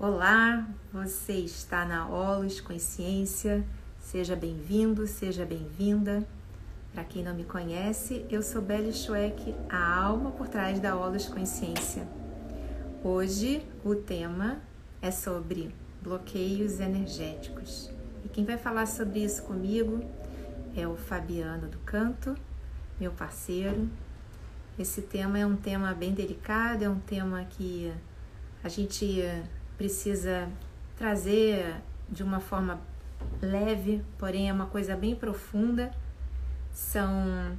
Olá, você está na Holos Consciência, seja bem-vindo, seja bem-vinda. Para quem não me conhece, eu sou Belle Schweck, a alma por trás da Holos Consciência. Hoje o tema é sobre bloqueios energéticos. E quem vai falar sobre isso comigo é o Fabiano do Canto, meu parceiro. Esse tema é um tema bem delicado, é um tema que a gente precisa trazer de uma forma leve, porém é uma coisa bem profunda. São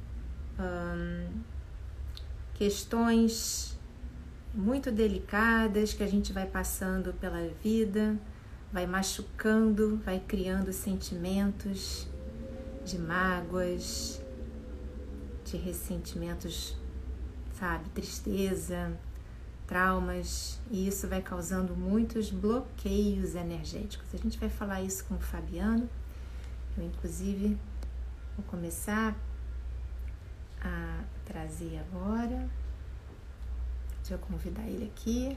questões muito delicadas que a gente vai passando pela vida, vai machucando, vai criando sentimentos de mágoas, de ressentimentos, sabe, tristeza, traumas, e isso vai causando muitos bloqueios energéticos. A gente vai falar isso com o Fabiano. Eu, inclusive, vou começar a trazer agora. Deixa eu convidar ele aqui.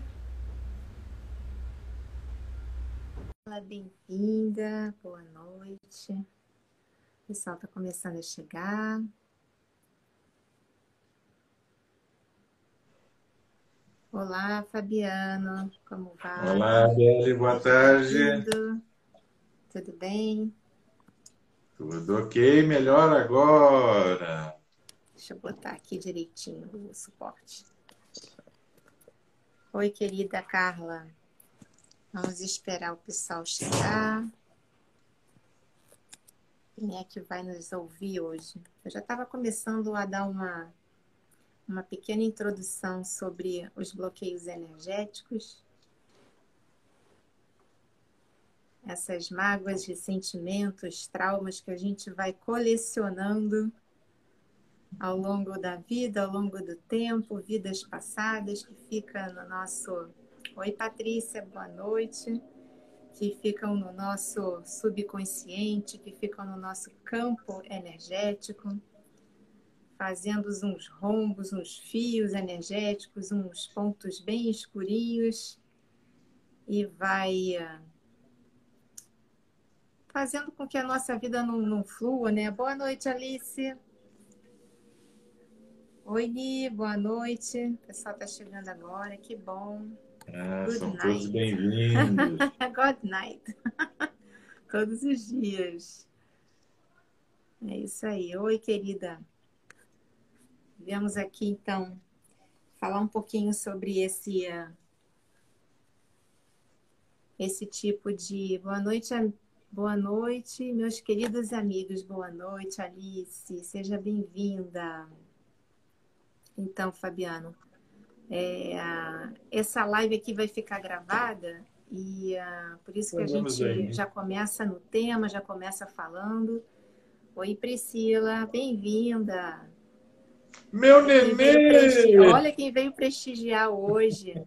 Olá, bem-vinda, boa noite. O pessoal está começando a chegar. Olá, Fabiano, como vai? Olá, Belle, boa tarde. Tudo bem? Tudo ok, melhor agora. Deixa eu botar aqui direitinho o suporte. Oi, querida Carla. Vamos esperar o pessoal chegar. Quem é que vai nos ouvir hoje? Eu já estava começando a dar uma pequena introdução sobre os bloqueios energéticos. Essas mágoas, ressentimentos, traumas que a gente vai colecionando ao longo da vida, ao longo do tempo, vidas passadas, que fica no nosso... Oi, Patrícia, boa noite. Que ficam no nosso subconsciente, que ficam no nosso campo energético, fazendo uns rombos, uns fios energéticos, uns pontos bem escurinhos, e vai fazendo com que a nossa vida não flua, né? Boa noite, Alice. Oi, Ni, boa noite. O pessoal está chegando agora, que bom. Good São todos night. bem-vindos. Good night. Todos os dias. É isso aí. Oi, querida. Viemos aqui, então, falar um pouquinho sobre esse tipo de... Boa noite, meus queridos amigos. Boa noite, Alice. Seja bem-vinda. Então, Fabiano, essa live aqui vai ficar gravada e por isso que a Podemos gente aí. já começa no tema, já começa falando. Oi, Priscila, bem-vinda. Meu nenê! Olha quem veio prestigiar hoje.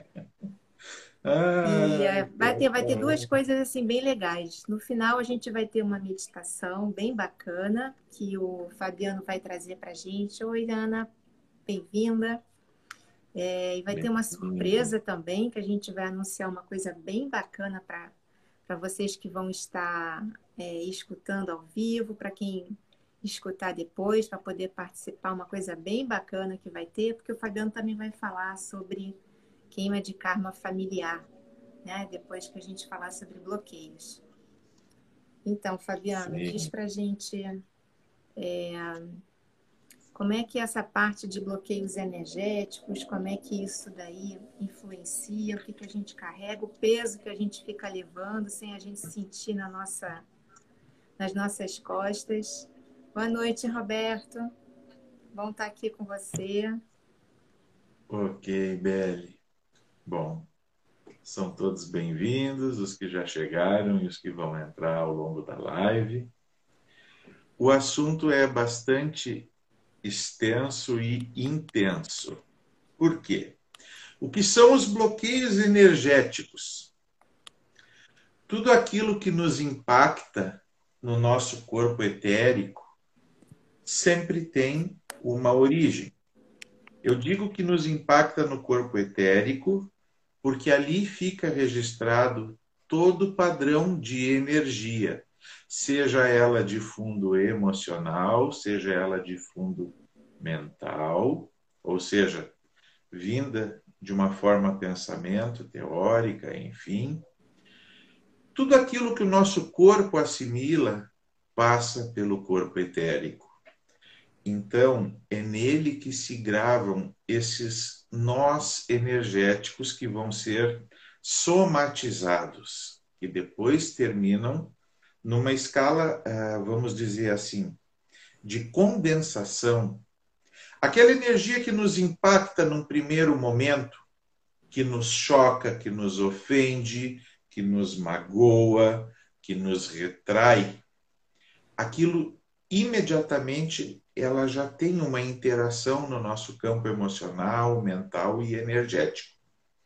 E Ah, vai ter duas coisas assim bem legais. No final a gente vai ter uma meditação bem bacana que o Fabiano vai trazer para a gente. Oi, Ana, bem-vinda. E vai ter uma bem-vindo. surpresa também, que a gente vai anunciar uma coisa bem bacana para vocês que vão estar escutando ao vivo, para quem escutar depois, para poder participar, uma coisa bem bacana que vai ter, porque o Fabiano também vai falar sobre queima de karma familiar, né? Depois que a gente falar sobre bloqueios. Então, Fabiano, diz Sim. pra gente como é que essa parte de bloqueios energéticos, como é que isso daí influencia, o que que a gente carrega, o peso que a gente fica levando sem a gente sentir nas nossas costas. Boa noite, Roberto. Bom estar aqui com você. Ok, Belle. Bom, são todos bem-vindos, os que já chegaram e os que vão entrar ao longo da live. O assunto é bastante extenso e intenso. Por quê? O que são os bloqueios energéticos? Tudo aquilo que nos impacta no nosso corpo etérico sempre tem uma origem. Eu digo que nos impacta no corpo etérico porque ali fica registrado todo o padrão de energia, seja ela de fundo emocional, seja ela de fundo mental, ou seja, vinda de uma forma pensamento, teórica, enfim. Tudo aquilo que o nosso corpo assimila passa pelo corpo etérico. Então, é nele que se gravam esses nós energéticos que vão ser somatizados, que depois terminam numa escala, vamos dizer assim, de condensação. Aquela energia que nos impacta num primeiro momento, que nos choca, que nos ofende, que nos magoa, que nos retrai, aquilo imediatamente ela já tem uma interação no nosso campo emocional, mental e energético.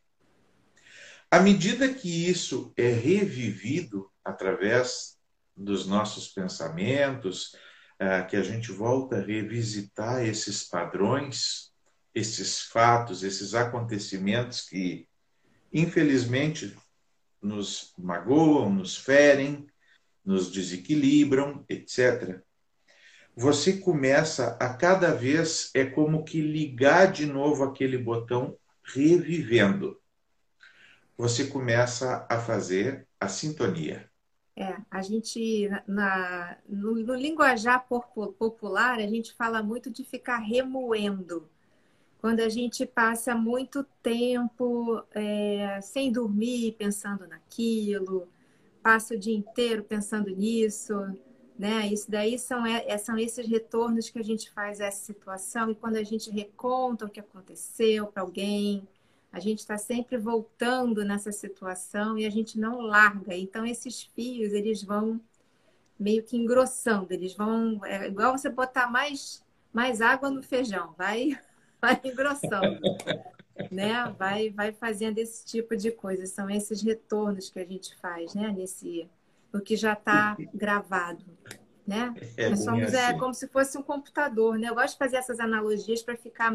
À medida que isso é revivido através dos nossos pensamentos, que a gente volta a revisitar esses padrões, esses fatos, esses acontecimentos que, infelizmente, nos magoam, nos ferem, nos desequilibram, etc. Você começa a cada vez, é como que ligar de novo aquele botão revivendo. Você começa a fazer a sintonia. A gente, no linguajar popular, a gente fala muito de ficar remoendo. Quando a gente passa muito tempo sem dormir, pensando naquilo, passa o dia inteiro pensando nisso, né? Isso daí são esses retornos que a gente faz a essa situação, e quando a gente reconta o que aconteceu para alguém, a gente está sempre voltando nessa situação e a gente não larga. Então, esses fios, eles vão meio que engrossando, eles vão... É igual você botar mais água no feijão, vai engrossando, né? Vai fazendo esse tipo de coisa. São esses retornos que a gente faz, né? No que já está gravado, né? É Nós bem somos assim. como se fosse um computador, né? Eu gosto de fazer essas analogias para ficar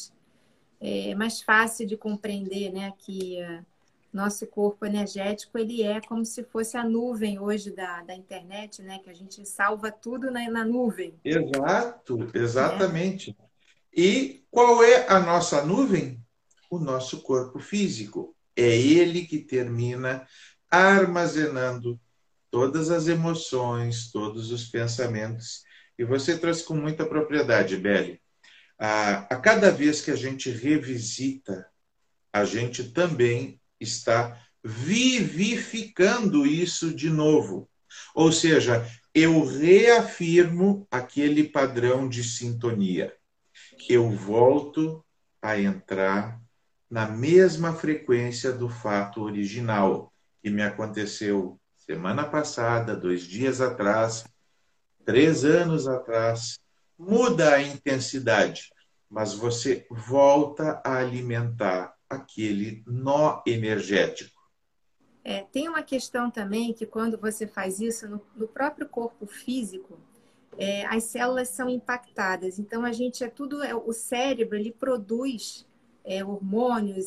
mais fácil de compreender, né? Que nosso corpo energético, ele é como se fosse a nuvem hoje da internet, né? Que a gente salva tudo na nuvem, Exato, né? exatamente. E qual é a nossa nuvem? O nosso corpo físico. É ele que termina armazenando todas as emoções, todos os pensamentos. E você trouxe com muita propriedade, Beli. A cada vez que a gente revisita, a gente também está vivificando isso de novo. Ou seja, eu reafirmo aquele padrão de sintonia. Eu volto a entrar na mesma frequência do fato original que me aconteceu semana passada, 2 dias atrás, 3 anos atrás. Muda a intensidade, mas você volta a alimentar aquele nó energético. Tem uma questão também que quando você faz isso no próprio corpo físico, as células são impactadas. Então, a gente o cérebro, ele produz hormônios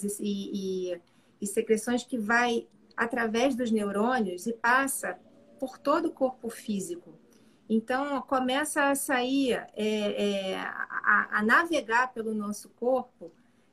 e secreções que vai através dos neurônios e passa por todo o corpo físico. Então, começa a sair, a navegar pelo nosso corpo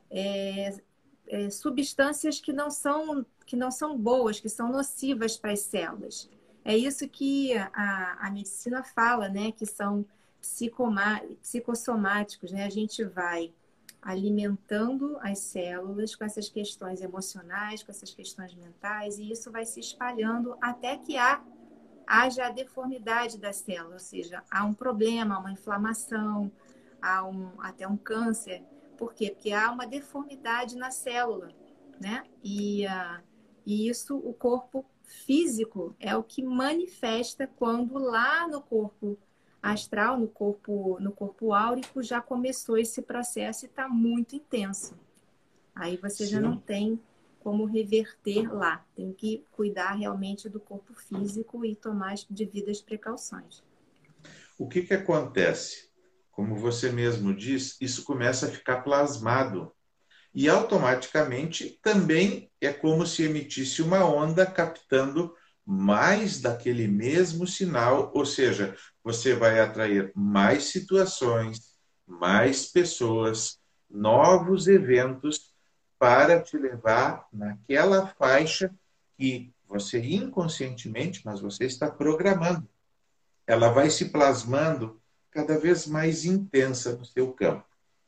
substâncias que não são boas, que são nocivas para as células. É isso que a medicina fala, né? Que são psicossomáticos, né? A gente vai alimentando as células com essas questões emocionais, com essas questões mentais, e isso vai se espalhando até que haja a deformidade da célula, ou seja, há um problema, há uma inflamação, até um câncer. Por quê? Porque há uma deformidade na célula, né? E isso, o corpo físico, é o que manifesta quando lá no corpo astral, no corpo áurico, já começou esse processo e está muito intenso. Aí você já não Sim. tem como reverter lá. Tem que cuidar realmente do corpo físico e tomar as devidas precauções. O que acontece? Como você mesmo diz, isso começa a ficar plasmado. e automaticamente também é como se emitisse uma onda captando mais daquele mesmo sinal, ou seja, você vai atrair mais situações, mais pessoas, novos eventos para te levar naquela faixa que você inconscientemente, mas você está programando. Ela vai se plasmando cada vez mais intensa no seu campo.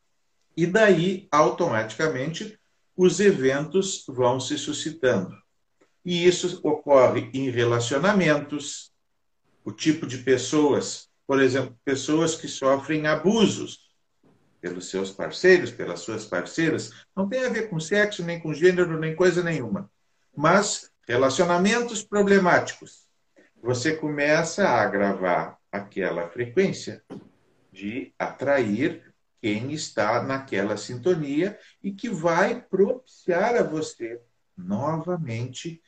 E daí, automaticamente, os eventos vão se suscitando. E isso ocorre em relacionamentos, o tipo de pessoas, por exemplo, pessoas que sofrem abusos pelos seus parceiros, pelas suas parceiras, não tem a ver com sexo, nem com gênero, nem coisa nenhuma. Mas relacionamentos problemáticos. Você começa a agravar aquela frequência de atrair quem está naquela sintonia e que vai propiciar a você novamente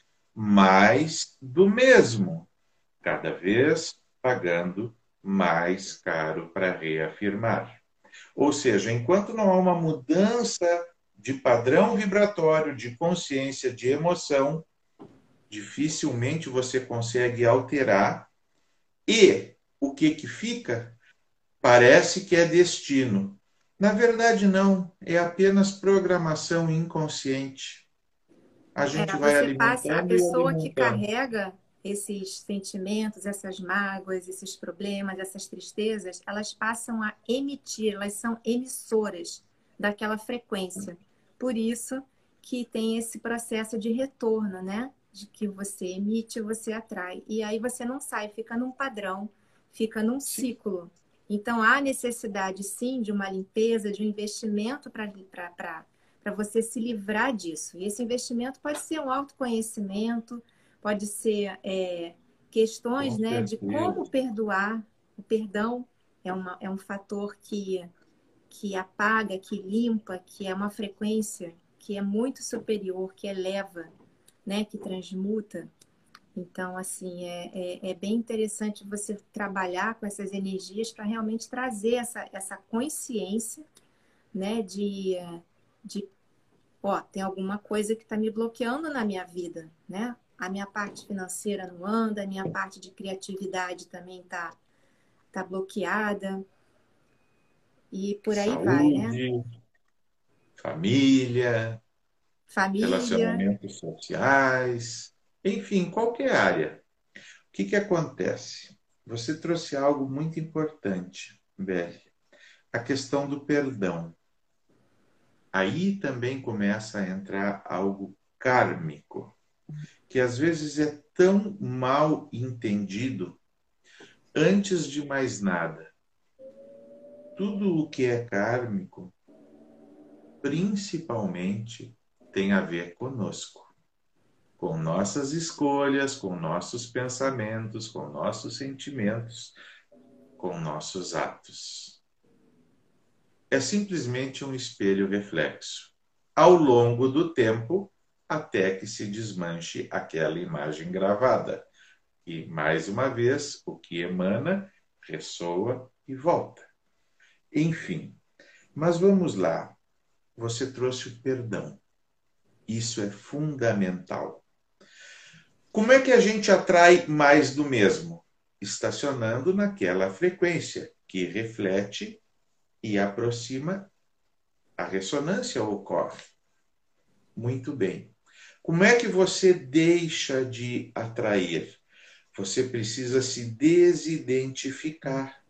mais do mesmo, cada vez pagando mais caro para reafirmar. Ou seja, enquanto não há uma mudança de padrão vibratório, de consciência, de emoção, dificilmente você consegue alterar. E o que fica? Parece que é destino. Na verdade, não. É apenas programação inconsciente. A gente vai Você passa, a alimentando e pessoa que alimentando. carrega esses sentimentos, essas mágoas, esses problemas, essas tristezas, elas passam a emitir, elas são emissoras daquela frequência. Por isso que tem esse processo de retorno, né? De que você emite, você atrai. E aí você não sai, fica num padrão, fica num Sim. ciclo. Então há necessidade, sim, de uma limpeza, de um investimento para você se livrar disso. E esse investimento pode ser um autoconhecimento, pode ser questões, Com né, de como certeza. perdoar. O perdão é um fator que apaga, que limpa, que é uma frequência que é muito superior, que eleva, né, que transmuta. Então, assim, é bem interessante você trabalhar com essas energias para realmente trazer essa consciência, né, de ó, tem alguma coisa que está me bloqueando na minha vida, né? A minha parte financeira não anda, a minha parte de criatividade também tá bloqueada e por aí vai, né? Saúde, família, Família, relacionamentos sociais, enfim, qualquer área. O que acontece? Você trouxe algo muito importante, Belle, a questão do perdão. Aí também começa a entrar algo kármico, que às vezes é tão mal entendido. Antes de mais nada, tudo o que é kármico, principalmente, tem a ver conosco, com nossas escolhas, com nossos pensamentos, com nossos sentimentos, com nossos atos. É simplesmente um espelho reflexo. Ao longo do tempo, até que se desmanche aquela imagem gravada. E, mais uma vez, o que emana, ressoa e volta. Enfim, mas vamos lá. Você trouxe o perdão. Isso é fundamental. Como é que a gente atrai mais do mesmo? Estacionando naquela frequência que reflete e aproxima, a ressonância ocorre. Muito bem. Como é que você deixa de atrair? Você precisa se desidentificar.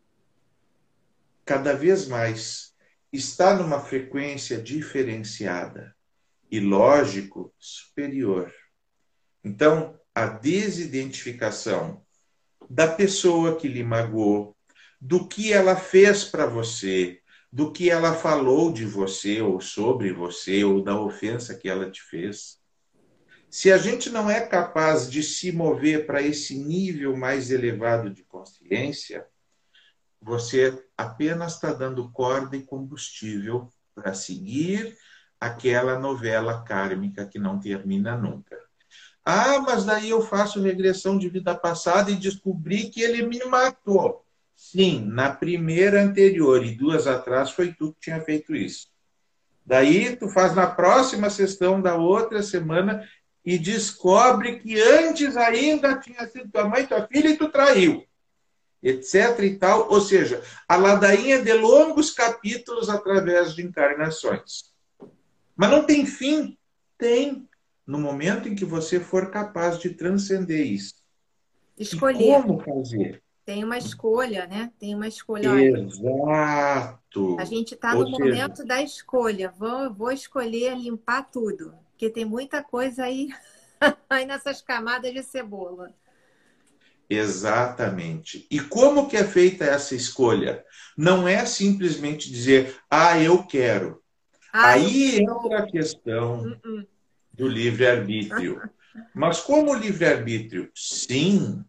Cada vez mais. Está numa frequência diferenciada e, lógico, superior. Então, a desidentificação da pessoa que lhe magoou, do que ela fez para você, do que ela falou de você ou sobre você, ou da ofensa que ela te fez. Se a gente não é capaz de se mover para esse nível mais elevado de consciência, você apenas está dando corda e combustível para seguir aquela novela kármica que não termina nunca. Ah, mas daí eu faço regressão de vida passada e descobri que ele me matou. Sim, na primeira anterior e duas atrás foi tu que tinha feito isso. Daí tu faz na próxima sessão da outra semana e descobre que antes ainda tinha sido tua mãe, tua filha e tu traiu, etc e tal. Ou seja, a ladainha de longos capítulos através de encarnações. Mas não tem fim? Tem. No momento em que você for capaz de transcender isso. E Escolher. como fazer? Tem uma escolha, né? Tem uma escolha. Olha, a Exato. gente está Ou no seja, momento da escolha. Vou escolher limpar tudo, porque tem muita coisa aí, aí nessas camadas de cebola. exatamente. E como que é feita essa escolha? Não é simplesmente dizer, ah, eu quero. Ah, eu Aí entra a perdoo. questão Uh-uh. do livre-arbítrio. Mas como livre-arbítrio? Sim,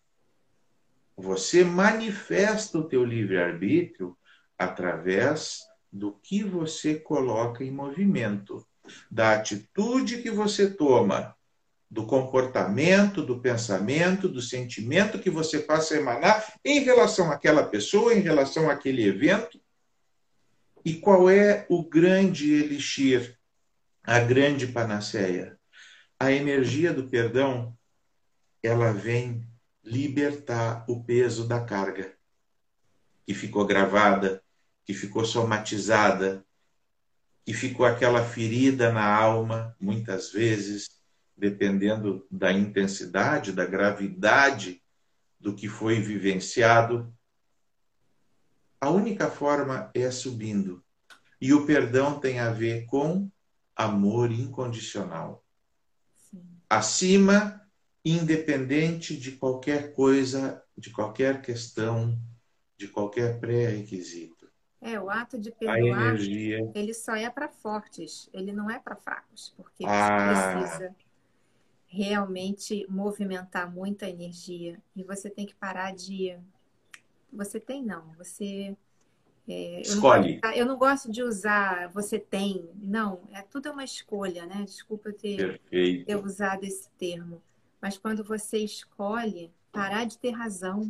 você manifesta o teu livre-arbítrio através do que você coloca em movimento, da atitude que você toma, do comportamento, do pensamento, do sentimento que você passa a emanar em relação àquela pessoa, em relação àquele evento. E qual é o grande elixir, a grande panaceia? A energia do perdão, ela vem libertar o peso da carga que ficou gravada, que ficou somatizada, que ficou aquela ferida na alma, muitas vezes, dependendo da intensidade, da gravidade do que foi vivenciado. A única forma é subindo. E o perdão tem a ver com amor incondicional. Sim. Acima, independente de qualquer coisa, de qualquer questão, de qualquer pré-requisito. O ato de A perdoar, energia. ele só é para fortes, ele não é para fracos, porque você Ah, precisa realmente movimentar muita energia e você tem que parar de. Você tem, não. escolhe. Eu não gosto de usar você tem. Não, tudo é uma escolha, né? Desculpa ter Perfeito. usado esse termo. Mas quando você escolhe parar de ter razão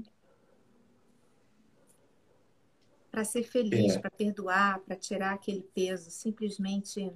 para ser feliz, É. para perdoar, para tirar aquele peso, simplesmente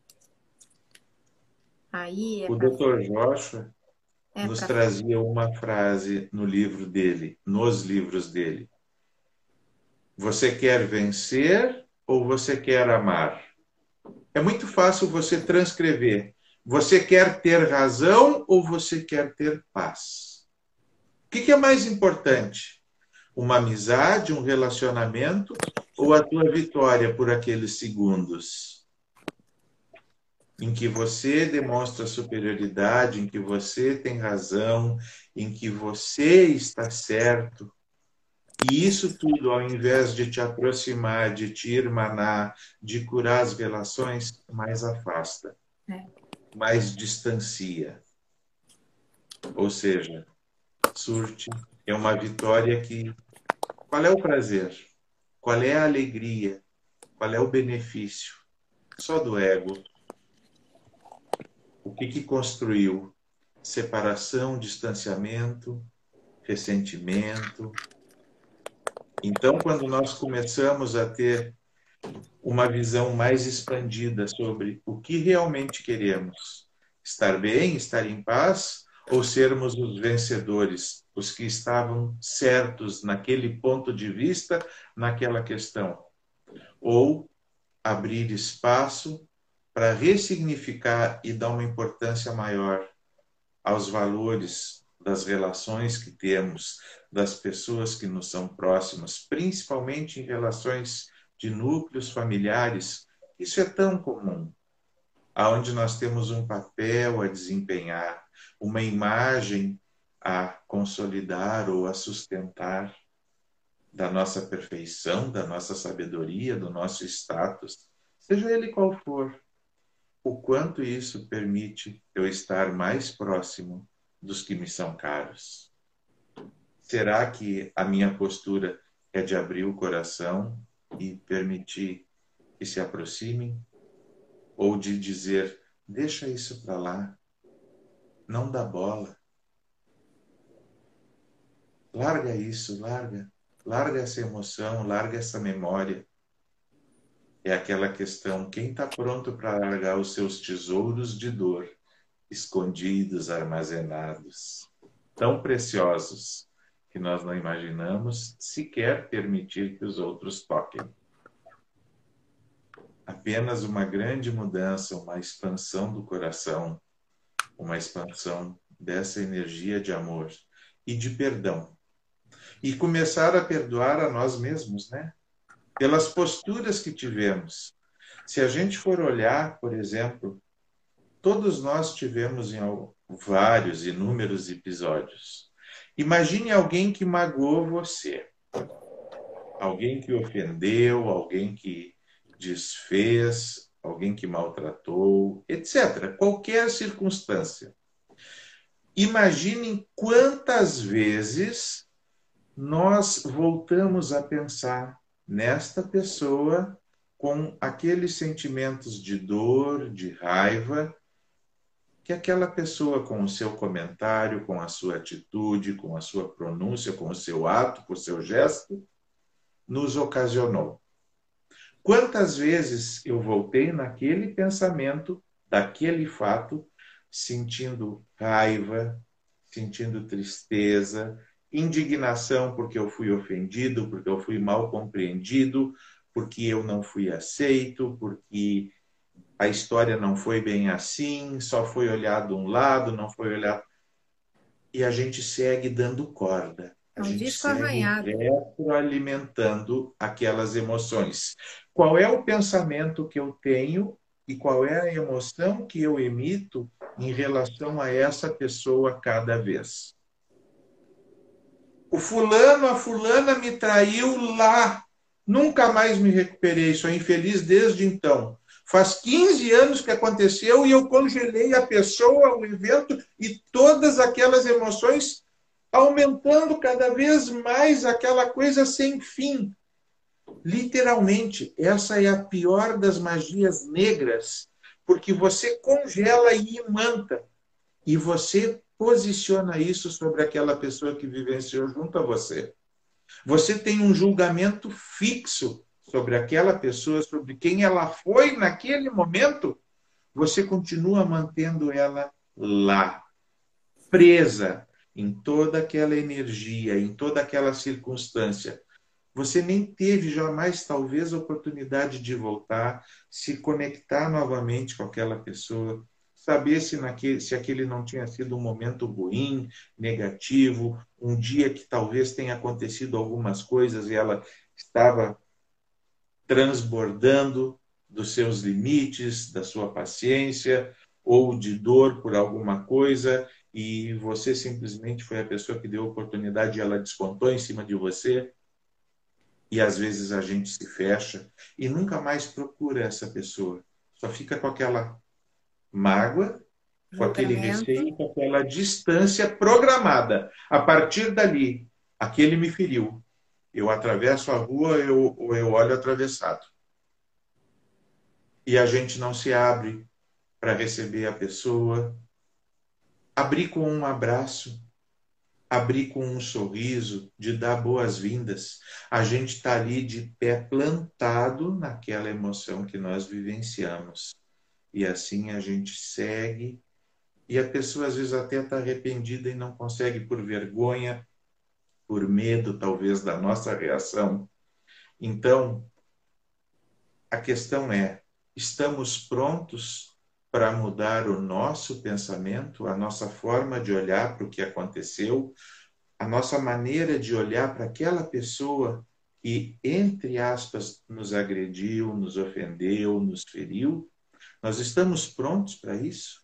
aí O Dr. Joshua é nos para trazia uma frase no livro dele, nos livros dele. Você quer vencer ou você quer amar? É muito fácil você transcrever. Você quer ter razão ou você quer ter paz? O que é mais importante? Uma amizade, um relacionamento ou a tua vitória por aqueles segundos em que você demonstra superioridade, em que você tem razão, em que você está certo? E isso tudo, ao invés de te aproximar, de te irmanar, de curar as relações, mais afasta, é, mais distancia. Ou seja, surte é uma vitória que. Qual é o prazer? Qual é a alegria? Qual é o benefício? Só do ego. O que construiu? Separação, distanciamento, ressentimento. Então, quando nós começamos a ter uma visão mais expandida sobre o que realmente queremos, estar bem, estar em paz, ou sermos os vencedores, os que estavam certos naquele ponto de vista, naquela questão, ou abrir espaço para ressignificar e dar uma importância maior aos valores das relações que temos, das pessoas que nos são próximas, principalmente em relações de núcleos familiares. Isso é tão comum, aonde nós temos um papel a desempenhar, uma imagem a consolidar ou a sustentar da nossa perfeição, da nossa sabedoria, do nosso status, seja ele qual for. O quanto isso permite eu estar mais próximo dos que me são caros? Será que a minha postura é de abrir o coração e permitir que se aproximem? Ou de dizer, deixa isso para lá, não dá bola, larga isso, larga essa emoção, larga essa memória. É aquela questão, quem está pronto para largar os seus tesouros de dor, escondidos, armazenados, tão preciosos, que nós não imaginamos sequer permitir que os outros toquem. Apenas uma grande mudança, uma expansão do coração, uma expansão dessa energia de amor e de perdão. E começar a perdoar a nós mesmos, né? Pelas posturas que tivemos. Se a gente for olhar, por exemplo, todos nós tivemos em vários, inúmeros episódios. Imagine alguém que magoou você, alguém que ofendeu, alguém que desfez, alguém que maltratou, etc. Qualquer circunstância. Imaginem quantas vezes nós voltamos a pensar nesta pessoa com aqueles sentimentos de dor, de raiva, que aquela pessoa, com o seu comentário, com a sua atitude, com a sua pronúncia, com o seu ato, com o seu gesto, nos ocasionou. Quantas vezes eu voltei naquele pensamento, daquele fato, sentindo raiva, sentindo tristeza, indignação porque eu fui ofendido, porque eu fui mal compreendido, porque eu não fui aceito, porque a história não foi bem assim, só foi olhado um lado, não foi olhado. E a gente segue dando corda, É a um gente disco segue arranhado. retroalimentando aquelas emoções. Qual é o pensamento que eu tenho e qual é a emoção que eu emito em relação a essa pessoa cada vez? O fulano, a fulana me traiu lá. Nunca mais me recuperei, sou infeliz desde então. Faz 15 anos que aconteceu e eu congelei a pessoa, o evento e todas aquelas emoções, aumentando cada vez mais aquela coisa sem fim. Literalmente, essa é a pior das magias negras, porque você congela e imanta. E você posiciona isso sobre aquela pessoa que vivenciou junto a você. Você tem um julgamento fixo sobre aquela pessoa, sobre quem ela foi naquele momento. Você continua mantendo ela lá, presa em toda aquela energia, em toda aquela circunstância. Você nem teve jamais, talvez, a oportunidade de voltar, se conectar novamente com aquela pessoa, saber se aquele não tinha sido um momento ruim, negativo, um dia que talvez tenha acontecido algumas coisas e ela estava transbordando dos seus limites, da sua paciência ou de dor por alguma coisa e você simplesmente foi a pessoa que deu a oportunidade e ela descontou em cima de você. E às vezes a gente se fecha e nunca mais procura essa pessoa. Só fica com aquela mágoa, com aquele Julgamento. receio, com aquela distância programada. A partir dali, aquele me feriu. Eu atravesso a rua ou eu olho atravessado. E a gente não se abre para receber a pessoa. Abrir com um abraço, abrir com um sorriso, de dar boas-vindas. A gente está ali de pé plantado naquela emoção que nós vivenciamos. E assim a gente segue. E a pessoa às vezes até está arrependida e não consegue por vergonha, por medo talvez da nossa reação. Então, a questão é, estamos prontos para mudar o nosso pensamento, a nossa forma de olhar para o que aconteceu, a nossa maneira de olhar para aquela pessoa que, entre aspas, nos agrediu, nos ofendeu, nos feriu? Nós estamos prontos para isso?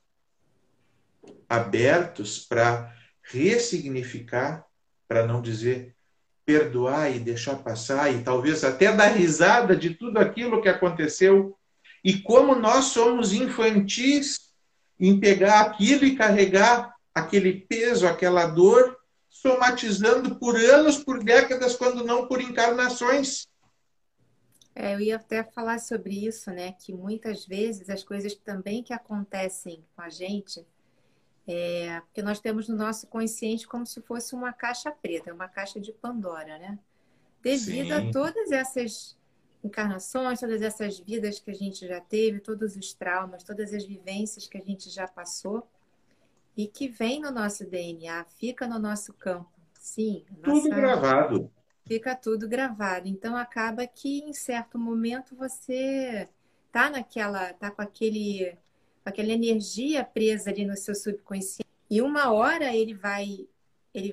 Abertos para ressignificar, para não dizer perdoar e deixar passar e talvez até dar risada de tudo aquilo que aconteceu. E como nós somos infantis em pegar aquilo e carregar aquele peso, aquela dor, somatizando por anos, por décadas, quando não por encarnações. Eu ia até falar sobre isso, né? Que muitas vezes as coisas também que acontecem com a gente, porque nós temos no nosso consciente como se fosse uma caixa preta, uma caixa de Pandora, né? Devido a Sim, todas essas encarnações, todas essas vidas que a gente já teve, todos os traumas, todas as vivências que a gente já passou e que vem no nosso DNA, fica no nosso campo. Sim, Tudo gravado. fica tudo gravado. Então acaba que em certo momento você tá com aquela energia presa ali no seu subconsciente e uma hora ele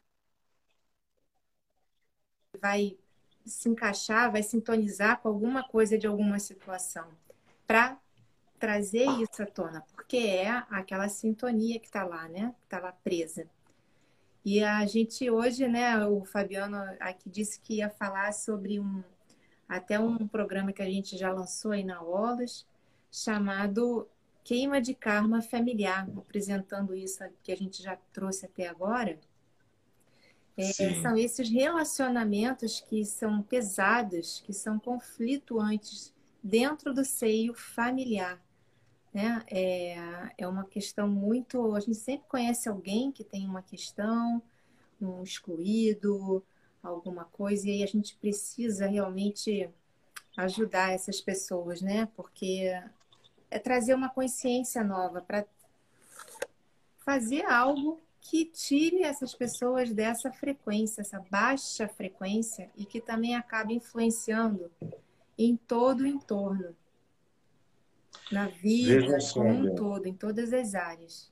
vai se encaixar, vai sintonizar com alguma coisa de alguma situação para trazer isso à tona, porque é aquela sintonia que está lá, né? Que está lá presa. E a gente hoje, né, o Fabiano aqui disse que ia falar sobre até um programa que a gente já lançou aí na Olos, chamado Queima de Karma Familiar, apresentando isso que a gente já trouxe até agora. São Sim. esses relacionamentos que são pesados, que são conflituantes dentro do seio familiar, né? É uma questão muito. A gente sempre conhece alguém que tem uma questão, um excluído, alguma coisa, e aí a gente precisa realmente ajudar essas pessoas, né? Porque é trazer uma consciência nova para fazer algo que tire essas pessoas dessa frequência, essa baixa frequência, e que também acabe influenciando em todo o entorno, na Veja vida só, como um Bel. todo, em todas as áreas.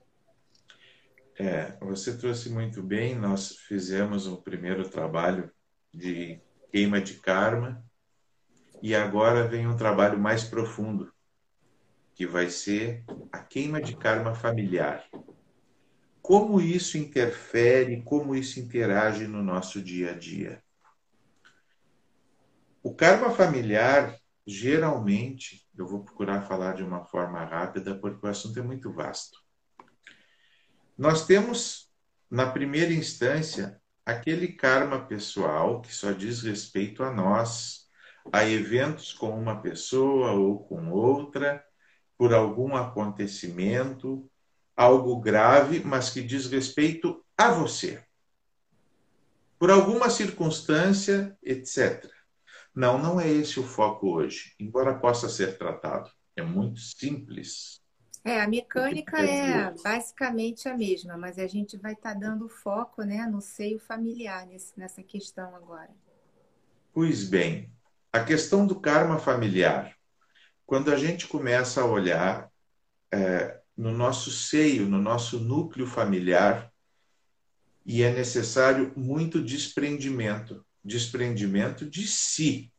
Você trouxe muito bem. Nós fizemos um primeiro trabalho de queima de karma e agora vem um trabalho mais profundo, que vai ser a queima de karma familiar. Como isso interfere, como isso interage no nosso dia a dia. O karma familiar, geralmente, eu vou procurar falar de uma forma rápida, porque o assunto é muito vasto. Nós temos, na primeira instância, aquele karma pessoal que só diz respeito a nós, a eventos com uma pessoa ou com outra, por algum acontecimento, algo grave, mas que diz respeito a você, por alguma circunstância, etc. Não, não é esse o foco hoje, embora possa ser tratado. É muito simples. A O que mecânica quer é dizer? basicamente a mesma, mas a gente vai estar dando foco, né, no seio familiar nessa questão agora. Pois bem, a questão do karma familiar. Quando a gente começa a olhar no nosso seio, no nosso núcleo familiar, e é necessário muito desprendimento, desprendimento de si.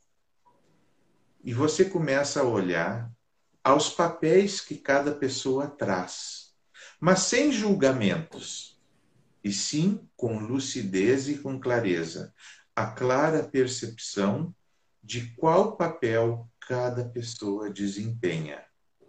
E você começa a olhar aos papéis que cada pessoa traz, mas sem julgamentos, e sim com lucidez e com clareza, a clara percepção de qual papel cada pessoa desempenha.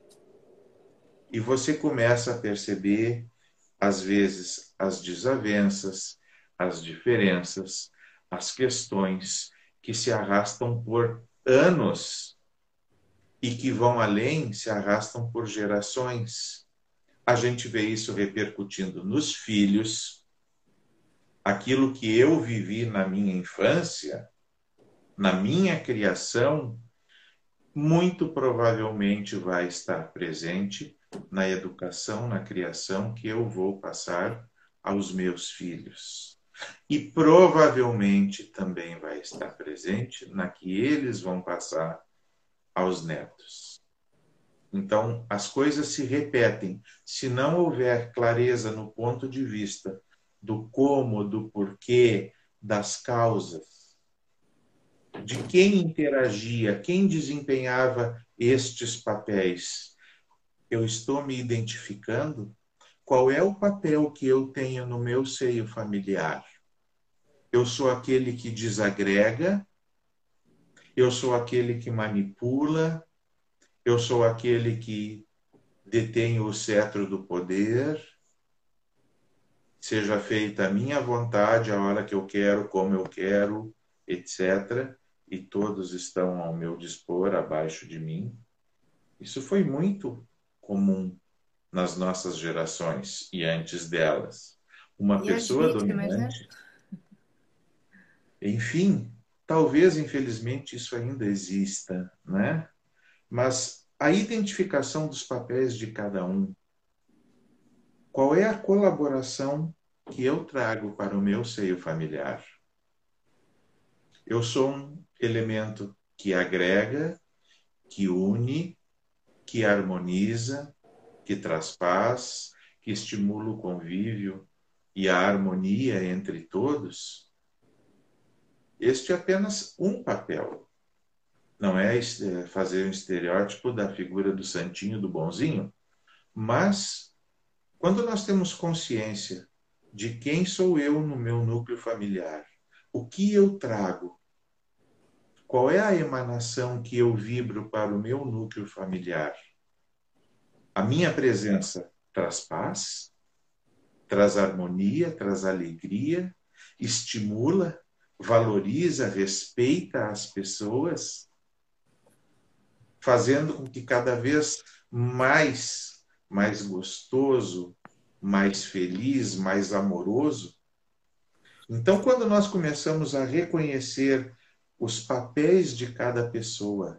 E você começa a perceber, às vezes, as desavenças, as diferenças, as questões que se arrastam por anos e que vão além, se arrastam por gerações. A gente vê isso repercutindo nos filhos. Aquilo que eu vivi na minha infância, na minha criação, muito provavelmente vai estar presente na educação, na criação que eu vou passar aos meus filhos. E provavelmente também vai estar presente na que eles vão passar aos netos. Então, as coisas se repetem. Se não houver clareza no ponto de vista do como, do porquê, das causas, de quem interagia, quem desempenhava estes papéis, eu estou me identificando? Qual é o papel que eu tenho no meu seio familiar? Eu sou aquele que desagrega, eu sou aquele que manipula, eu sou aquele que detém o cetro do poder, seja feita a minha vontade, a hora que eu quero, como eu quero, etc. E todos estão ao meu dispor, abaixo de mim. Isso foi muito comum nas nossas gerações e antes delas. Uma E as pessoa vítimas, né? dominante, enfim, talvez, infelizmente, isso ainda exista, né? Mas a identificação dos papéis de cada um, qual é a colaboração que eu trago para o meu seio familiar? Eu sou um elemento que agrega, que une, que harmoniza, que traz paz, que estimula o convívio e a harmonia entre todos. Este é apenas um papel. Não é fazer um estereótipo da figura do santinho, do bonzinho, mas quando nós temos consciência de quem sou eu no meu núcleo familiar, o que eu trago, qual é a emanação que eu vibro para o meu núcleo familiar, a minha presença traz paz, traz harmonia, traz alegria, estimula, valoriza, respeita as pessoas, fazendo com que cada vez mais gostoso, mais feliz, mais amoroso. Então, quando nós começamos a reconhecer os papéis de cada pessoa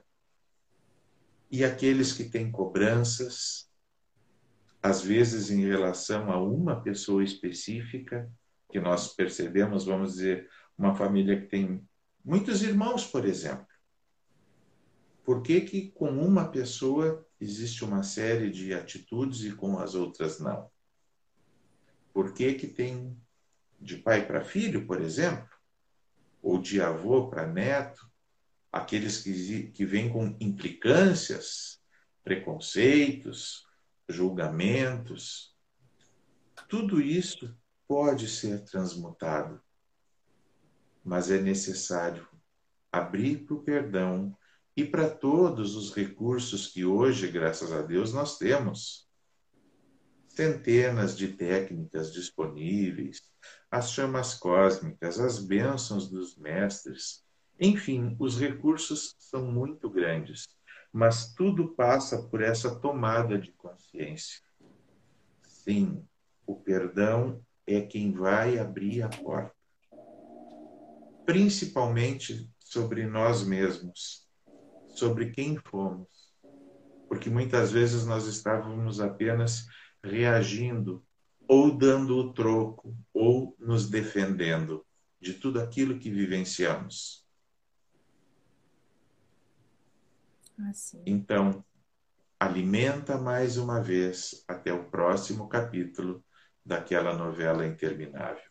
e aqueles que têm cobranças, às vezes em relação a uma pessoa específica, que nós percebemos, vamos dizer, uma família que tem muitos irmãos, por exemplo. Por que que com uma pessoa existe uma série de atitudes e com as outras não? Por que que tem de pai para filho, por exemplo, ou de avô para neto, aqueles que vêm com implicâncias, preconceitos, julgamentos? Tudo isso pode ser transmutado, mas é necessário abrir para o perdão e para todos os recursos que hoje, graças a Deus, nós temos. Centenas de técnicas disponíveis, as chamas cósmicas, as bênçãos dos mestres. Enfim, os recursos são muito grandes, mas tudo passa por essa tomada de consciência. Sim, o perdão é quem vai abrir a porta, principalmente sobre nós mesmos, sobre quem fomos, porque muitas vezes nós estávamos apenas reagindo, ou dando o troco, ou nos defendendo de tudo aquilo que vivenciamos. Assim. Então, alimenta mais uma vez até o próximo capítulo daquela novela interminável.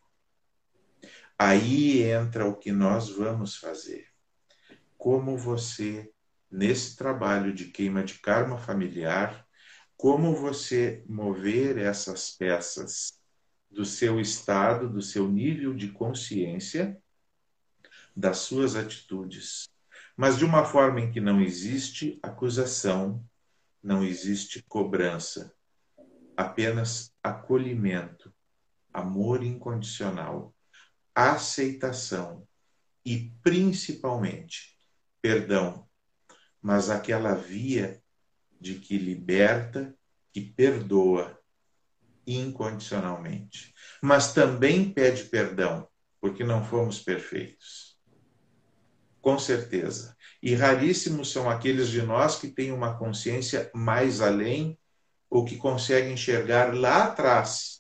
Aí entra o que nós vamos fazer. Como você, nesse trabalho de queima de karma familiar, como você mover essas peças do seu estado, do seu nível de consciência, das suas atitudes, mas de uma forma em que não existe acusação, não existe cobrança, apenas acolhimento, amor incondicional, aceitação e, principalmente, perdão, mas aquela via de que liberta, que perdoa incondicionalmente. Mas também pede perdão, porque não fomos perfeitos. Com certeza. E raríssimos são aqueles de nós que têm uma consciência mais além ou que conseguem enxergar lá atrás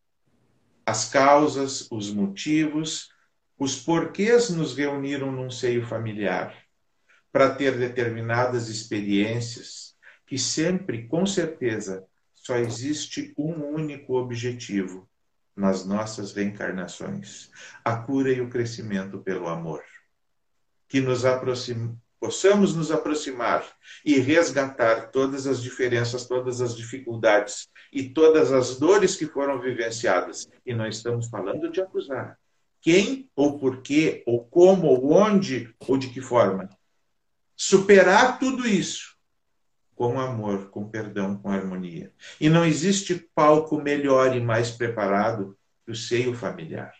as causas, os motivos, os porquês nos reuniram num seio familiar para ter determinadas experiências que sempre, com certeza, só existe um único objetivo nas nossas reencarnações: a cura e o crescimento pelo amor. Que possamos nos aproximar e resgatar todas as diferenças, todas as dificuldades e todas as dores que foram vivenciadas. E não estamos falando de acusar. Quem, ou por quê, ou como, ou onde, ou de que forma. Superar tudo isso com amor, com perdão, com harmonia. E não existe palco melhor e mais preparado que o seio familiar.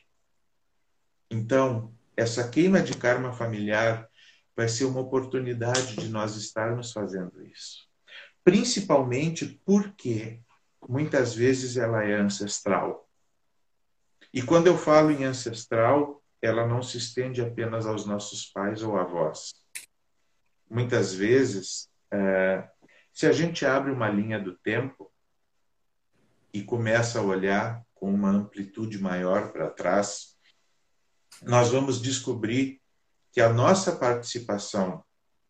Então, essa queima de karma familiar vai ser uma oportunidade de nós estarmos fazendo isso. Principalmente porque muitas vezes ela é ancestral. E quando eu falo em ancestral, ela não se estende apenas aos nossos pais ou avós. Muitas vezes, se a gente abre uma linha do tempo e começa a olhar com uma amplitude maior para trás, nós vamos descobrir que a nossa participação,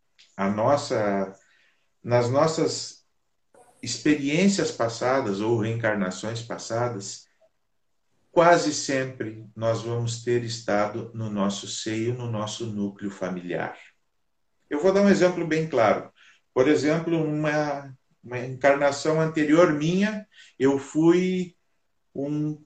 nas nossas experiências passadas ou reencarnações passadas, quase sempre nós vamos ter estado no nosso seio, no nosso núcleo familiar. Eu vou dar um exemplo bem claro. Por exemplo, uma encarnação anterior minha, eu fui um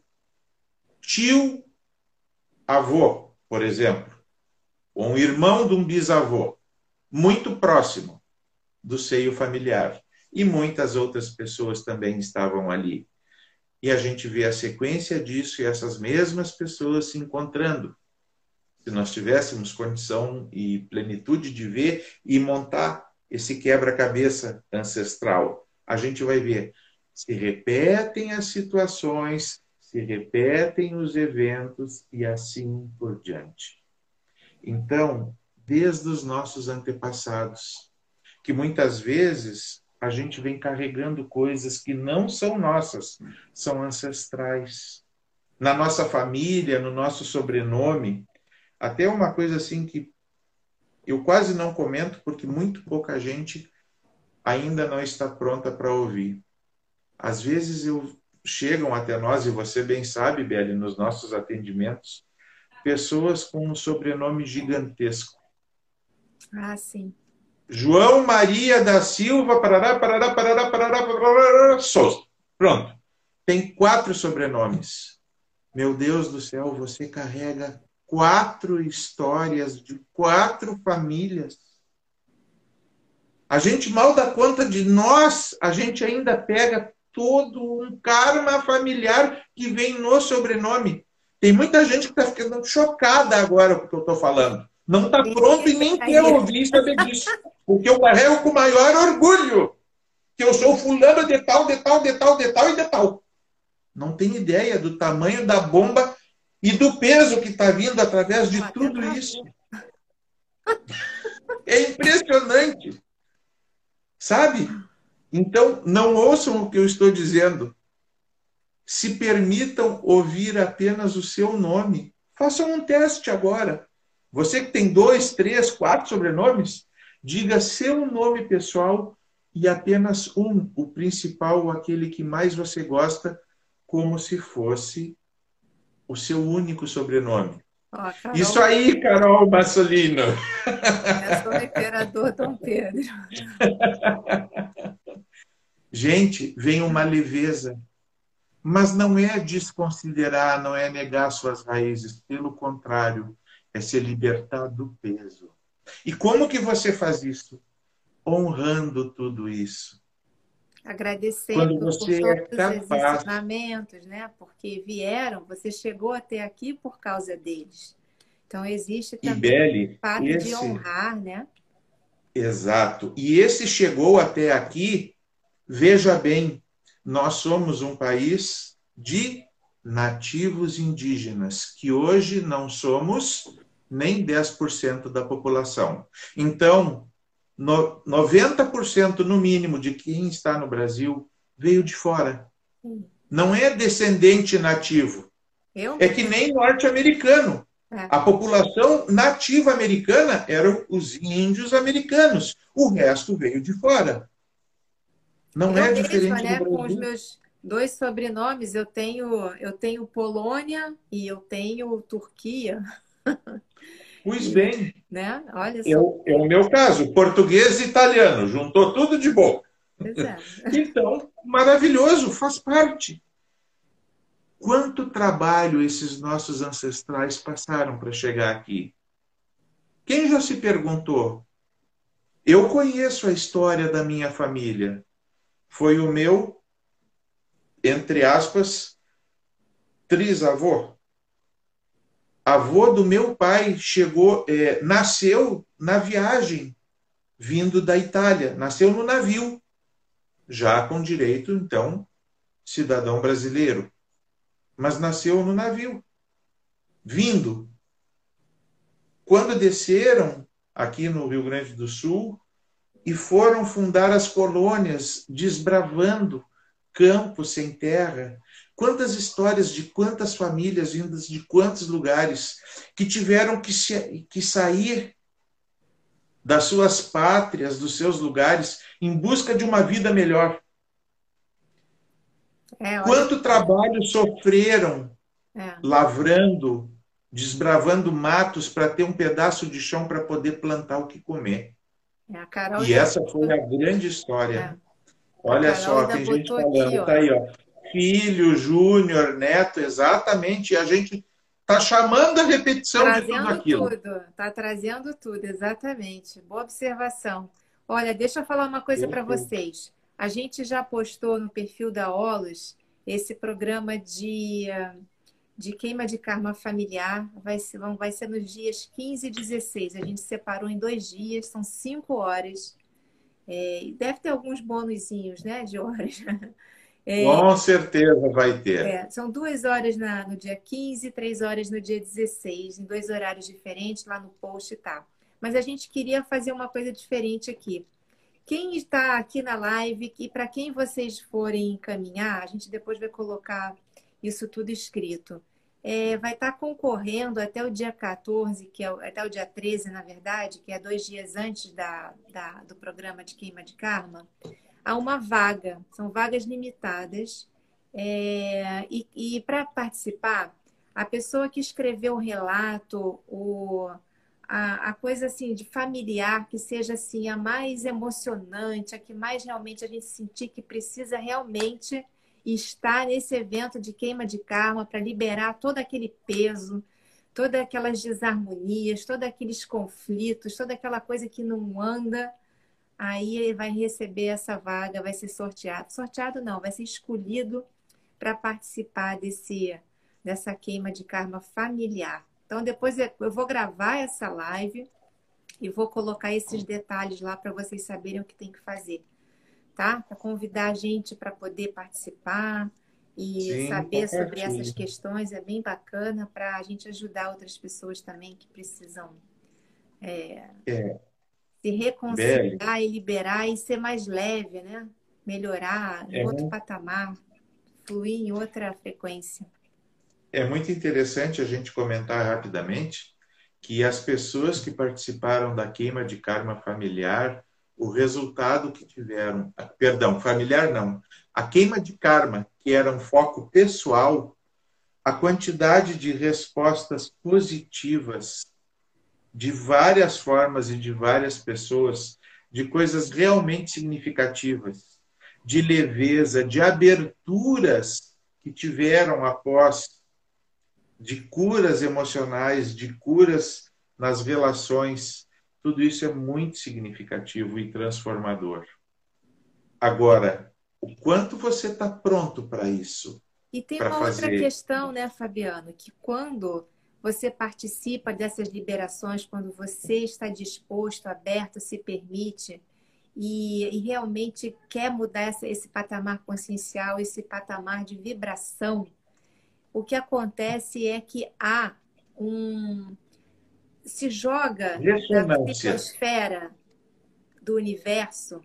tio-avô, por exemplo, ou um irmão de um bisavô, muito próximo do seio familiar. E muitas outras pessoas também estavam ali. E a gente vê a sequência disso e essas mesmas pessoas se encontrando. Se nós tivéssemos condição e plenitude de ver e montar esse quebra-cabeça ancestral, a gente vai ver, se repetem as situações, se repetem os eventos e assim por diante. Então, desde os nossos antepassados, que muitas vezes a gente vem carregando coisas que não são nossas, são ancestrais. Na nossa família, no nosso sobrenome, até uma coisa assim que eu quase não comento, porque muito pouca gente ainda não está pronta para ouvir. Às vezes chegam até nós, e você bem sabe, Beli, nos nossos atendimentos, pessoas com um sobrenome gigantesco. Ah, sim. João Maria da Silva, parará, parará, parará, parará, parará, Souza. Pronto. Tem 4 sobrenomes. Meu Deus do céu, você carrega 4 histórias de 4 famílias. A gente mal dá conta de nós, a gente ainda pega todo um karma familiar que vem no sobrenome. Tem muita gente que está ficando chocada agora com o que eu estou falando. Não está pronto e nem quer ouvir e saber disso. Porque eu carrego com o maior orgulho que eu sou fulano de tal, de tal, de tal, de tal e de tal. Não tem ideia do tamanho da bomba e do peso que está vindo através de tudo isso. É impressionante. Sabe? Então, não ouçam o que eu estou dizendo. Se permitam ouvir apenas o seu nome. Façam um teste agora. Você que tem 2, 3, 4 sobrenomes, diga seu nome pessoal e apenas um, o principal, aquele que mais você gosta, como se fosse o seu único sobrenome. Carol... Isso aí, Carol Bassolino. Eu sou o imperador Dom Pedro. Gente, vem uma leveza. Mas não é desconsiderar, não é negar suas raízes. Pelo contrário, é se libertar do peso. E como que você faz isso? Honrando tudo isso. Agradecendo por todos capaz... os ensinamentos, né? Porque vieram, você chegou até aqui por causa deles. Então, existe também o fato de honrar, né? Exato. E esse chegou até aqui, veja bem, nós somos um país de nativos indígenas, que hoje não somos nem 10% da população. Então, 90% no mínimo de quem está no Brasil veio de fora. Não é descendente nativo. É que nem norte-americano. A população nativa americana eram os índios americanos. O resto veio de fora. Não é diferente do Brasil. Com os meus 2 sobrenomes, eu tenho Polônia e eu tenho Turquia. Pois bem. Né? Olha só. É o meu caso, português e italiano. Juntou tudo de bom. Então, maravilhoso, faz parte. Quanto trabalho esses nossos ancestrais passaram para chegar aqui? Quem já se perguntou? Eu conheço a história da minha família. Foi o meu, entre aspas, trisavô. Avô do meu pai nasceu na viagem, vindo da Itália. Nasceu no navio, já com direito, então, cidadão brasileiro. Mas nasceu no navio, vindo quando desceram aqui no Rio Grande do Sul e foram fundar as colônias, desbravando campos sem terra. Quantas histórias de quantas famílias vindas de quantos lugares que tiveram que sair das suas pátrias, dos seus lugares, em busca de uma vida melhor. Olha, Quanto trabalho sofreram é, lavrando, desbravando matos para ter um pedaço de chão para poder plantar o que comer. a Carol E ainda essa foi a grande história. é, a Olha Carol só, ainda tem gente botou aqui, falando, tá ó. aí, ó. Filho, Júnior, Neto, exatamente. E a gente está chamando a repetição de tudo Trazendo aquilo. tudo, tá trazendo tudo, exatamente. Boa observação. Olha, deixa eu falar uma coisa para Perfeito. vocês. A gente já postou no perfil da Olos esse programa de queima de karma familiar. Vai ser nos dias 15 e 16. A gente separou em 2 dias, são 5 horas. E deve ter alguns bonuzinhos, né, de horas. Com certeza vai ter. São 2 horas no dia 15, 3 horas no dia 16, em 2 horários diferentes, lá no post tá. Mas a gente queria fazer uma coisa diferente aqui. Quem está aqui na live e para quem vocês forem encaminhar, a gente depois vai colocar isso tudo escrito. Vai estar concorrendo até o dia 14, até o dia 13, na verdade, que é 2 dias antes do programa de queima de karma, a uma vaga. São vagas limitadas. E para participar, a pessoa que escreveu o relato, a coisa assim de familiar, que seja assim a mais emocionante, a que mais realmente a gente sentir que precisa realmente estar nesse evento de queima de karma para liberar todo aquele peso, todas aquelas desarmonias, todos aqueles conflitos, toda aquela coisa que não anda. Aí ele vai receber essa vaga, vai ser sorteado. Sorteado não, vai ser escolhido para participar dessa queima de karma familiar. Então, depois eu vou gravar essa live e vou colocar esses detalhes lá para vocês saberem o que tem que fazer, tá? Para convidar a gente para poder participar e Sim, saber sobre essas compartilhe. questões. É bem bacana para a gente ajudar outras pessoas também que precisam É, se Beli, reconciliar e liberar e ser mais leve, né? Melhorar em é, outro patamar, fluir em outra frequência. é muito interessante a gente comentar rapidamente que as pessoas que participaram da queima de karma familiar, o resultado que tiveram, perdão, familiar não, a queima de karma, que era um foco pessoal, a quantidade de respostas positivas de várias formas e de várias pessoas, de coisas realmente significativas, de leveza, de aberturas que tiveram após, de curas emocionais, de curas nas relações, tudo isso é muito significativo e transformador. Agora, o quanto você está pronto para isso, E tem para uma outra fazer? questão, né, Fabiano, que quando você participa dessas liberações, quando você está disposto, aberto, se permite e realmente quer mudar esse patamar consciencial, esse patamar de vibração, o que acontece é que se joga na Ressonância, psicosfera do universo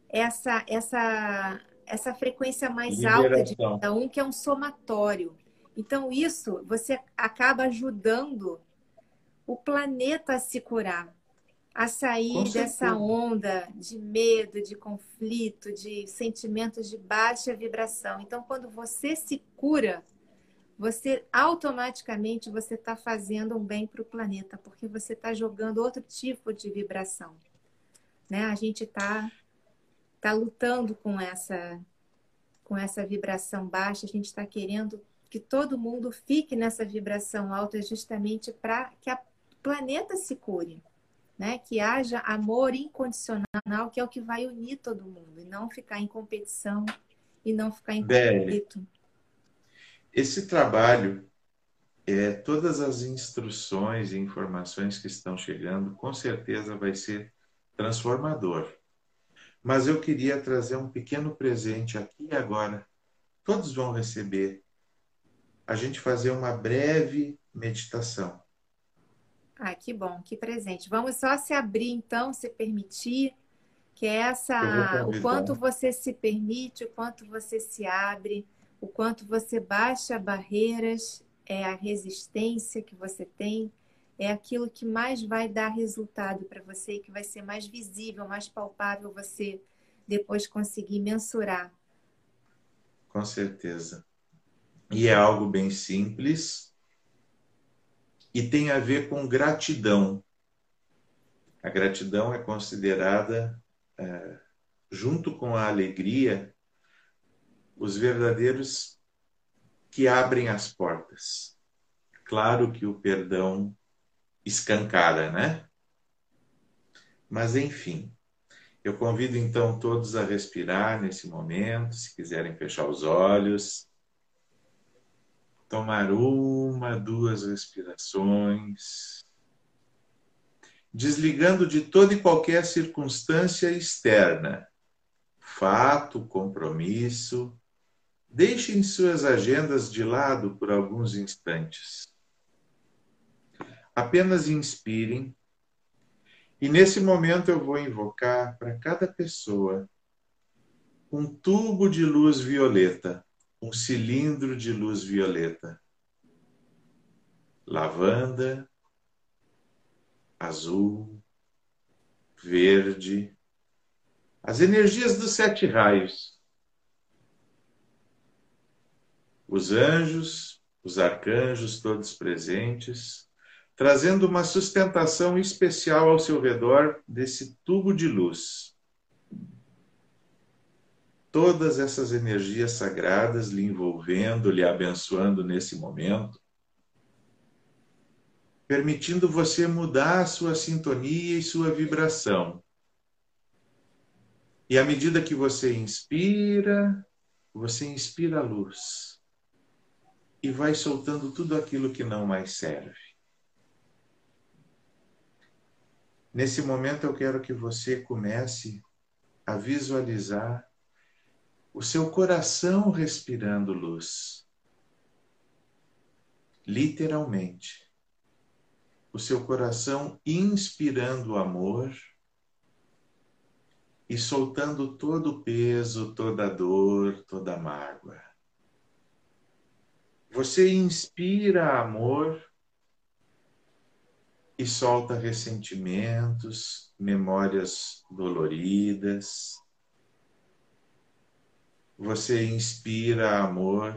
essa frequência mais alta de liberação, cada um, que é um somatório. Então, isso você acaba ajudando o planeta a se curar, a com sair dessa certeza. onda de medo, de conflito, de sentimentos de baixa vibração. Então, quando você se cura, você automaticamente você está fazendo um bem para o planeta, porque você está jogando outro tipo de vibração, né? A gente está lutando com essa vibração baixa, a gente está querendo que todo mundo fique nessa vibração alta justamente para que o planeta se cure, né? Que haja amor incondicional, que é o que vai unir todo mundo, e não ficar em competição e não ficar em Belle, conflito. esse trabalho, todas as instruções e informações que estão chegando, com certeza vai ser transformador. Mas eu queria trazer um pequeno presente aqui e agora. Todos vão receber. A gente fazer uma breve meditação. Ah, que bom, que presente. Vamos só se abrir, então, se permitir, que é Eu vou o quanto convidar. você se permite, o quanto você se abre, o quanto você baixa barreiras, é a resistência que você tem, é aquilo que mais vai dar resultado para você, que vai ser mais visível, mais palpável você depois conseguir mensurar. Com certeza. E é algo bem simples e tem a ver com gratidão. A gratidão é considerada, junto com a alegria, os verdadeiros que abrem as portas. Claro que o perdão escancara, né? Mas, enfim, eu convido então todos a respirar nesse momento, se quiserem fechar os olhos, tomar uma, duas respirações, desligando de toda e qualquer circunstância externa, fato, compromisso. Deixem suas agendas de lado por alguns instantes. Apenas inspirem e nesse momento eu vou invocar para cada pessoa um tubo de luz violeta, um cilindro de luz violeta, lavanda, azul, verde, as energias dos 7 raios, os anjos, os arcanjos todos presentes, trazendo uma sustentação especial ao seu redor desse tubo de luz. Todas essas energias sagradas lhe envolvendo, lhe abençoando nesse momento, permitindo você mudar a sua sintonia e sua vibração. E à medida que você inspira a luz e vai soltando tudo aquilo que não mais serve. Nesse momento eu quero que você comece a visualizar o seu coração respirando luz. Literalmente. O seu coração inspirando amor e soltando todo o peso, toda a dor, toda a mágoa. Você inspira amor e solta ressentimentos, memórias doloridas. Você inspira amor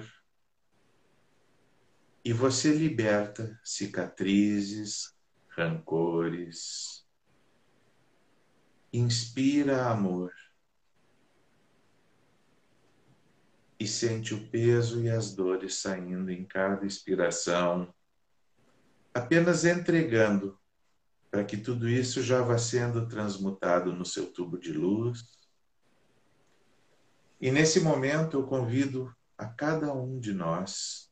e você liberta cicatrizes, rancores. Inspira amor e sente o peso e as dores saindo em cada expiração, apenas entregando para que tudo isso já vá sendo transmutado no seu tubo de luz. E nesse momento eu convido a cada um de nós,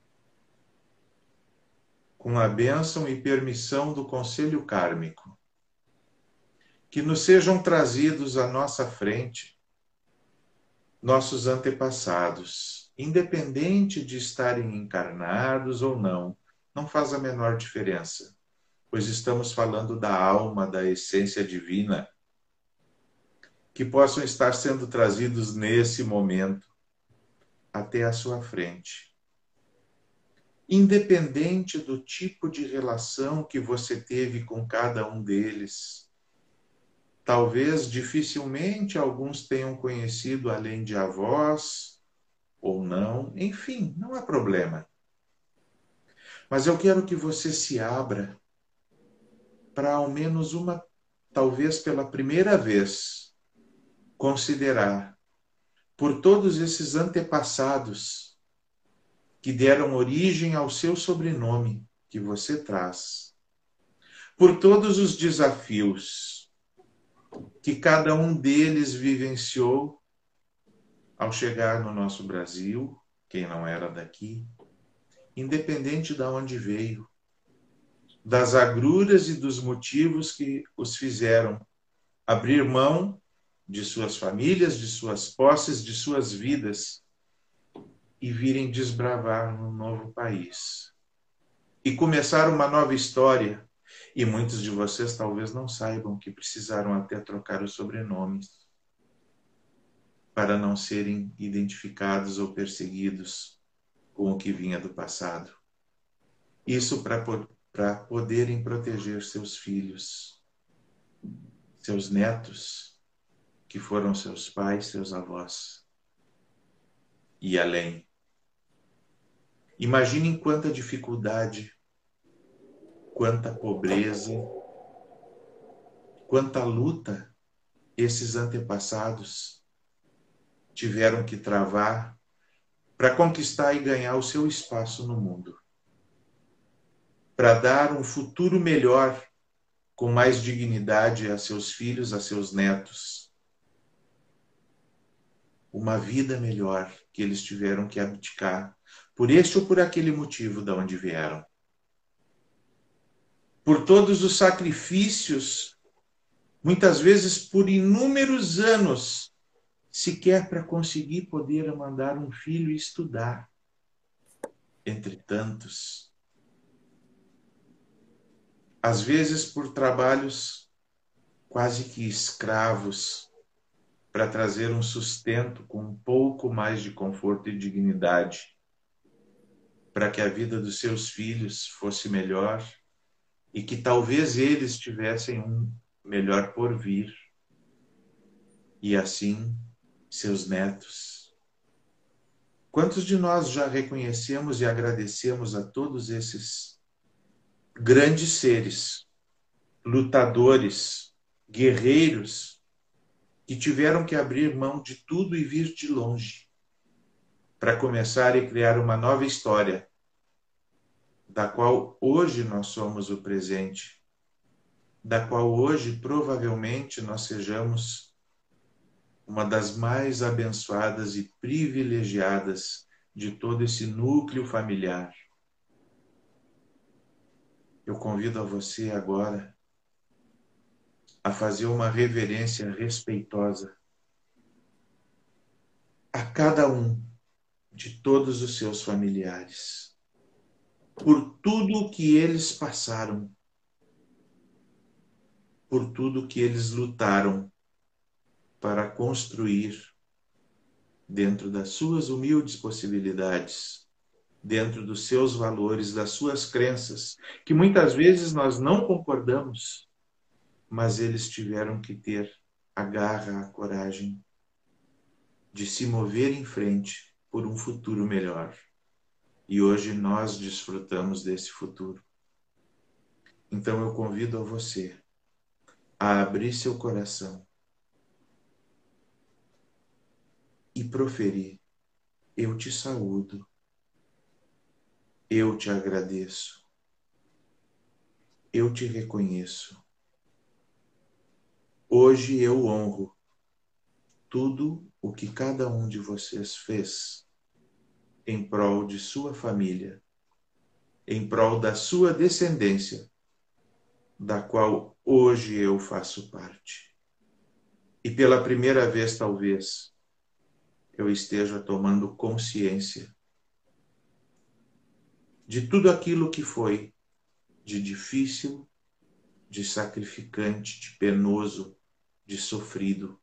com a bênção e permissão do conselho kármico, que nos sejam trazidos à nossa frente nossos antepassados, independente de estarem encarnados ou não, não faz a menor diferença, pois estamos falando da alma, da essência divina, que possam estar sendo trazidos nesse momento até a sua frente. Independente do tipo de relação que você teve com cada um deles, talvez dificilmente alguns tenham conhecido além de avós ou não, enfim, não há problema. Mas eu quero que você se abra para ao menos uma, talvez pela primeira vez, considerar por todos esses antepassados que deram origem ao seu sobrenome que você traz, por todos os desafios que cada um deles vivenciou ao chegar no nosso Brasil, quem não era daqui, independente de onde veio, das agruras e dos motivos que os fizeram abrir mão de suas famílias, de suas posses, de suas vidas e virem desbravar um novo país. E começar uma nova história E muitos de vocês talvez não saibam que precisaram até trocar os sobrenomes para não serem identificados ou perseguidos com o que vinha do passado. Isso para poderem proteger seus filhos, seus netos, que foram seus pais, seus avós, e além. Imaginem quanta dificuldade, quanta pobreza, quanta luta esses antepassados tiveram que travar para conquistar e ganhar o seu espaço no mundo, para dar um futuro melhor, com mais dignidade a seus filhos, a seus netos. Uma vida melhor que eles tiveram que abdicar, por este ou por aquele motivo de onde vieram. Por todos os sacrifícios, muitas vezes por inúmeros anos, sequer para conseguir poder mandar um filho estudar, entre tantos. Às vezes por trabalhos quase que escravos, para trazer um sustento com um pouco mais de conforto e dignidade, para que a vida dos seus filhos fosse melhor e que talvez eles tivessem um melhor porvir. E assim, seus netos. Quantos de nós já reconhecemos e agradecemos a todos esses grandes seres, lutadores, guerreiros, que tiveram que abrir mão de tudo e vir de longe para começar e criar uma nova história, da qual hoje nós somos o presente, da qual hoje provavelmente nós sejamos uma das mais abençoadas e privilegiadas de todo esse núcleo familiar. Eu convido a você agora a fazer uma reverência respeitosa a cada um de todos os seus familiares, por tudo o que eles passaram, por tudo que eles lutaram para construir dentro das suas humildes possibilidades, dentro dos seus valores, das suas crenças, que muitas vezes nós não concordamos, mas eles tiveram que ter a garra, a coragem de se mover em frente por um futuro melhor. E hoje nós desfrutamos desse futuro. Então eu convido a você a abrir seu coração e proferir: eu te saúdo, eu te agradeço, eu te reconheço. Hoje eu honro tudo o que cada um de vocês fez em prol de sua família, em prol da sua descendência, da qual hoje eu faço parte. E pela primeira vez, talvez, eu esteja tomando consciência de tudo aquilo que foi de difícil, de sacrificante, de penoso, de sofrido.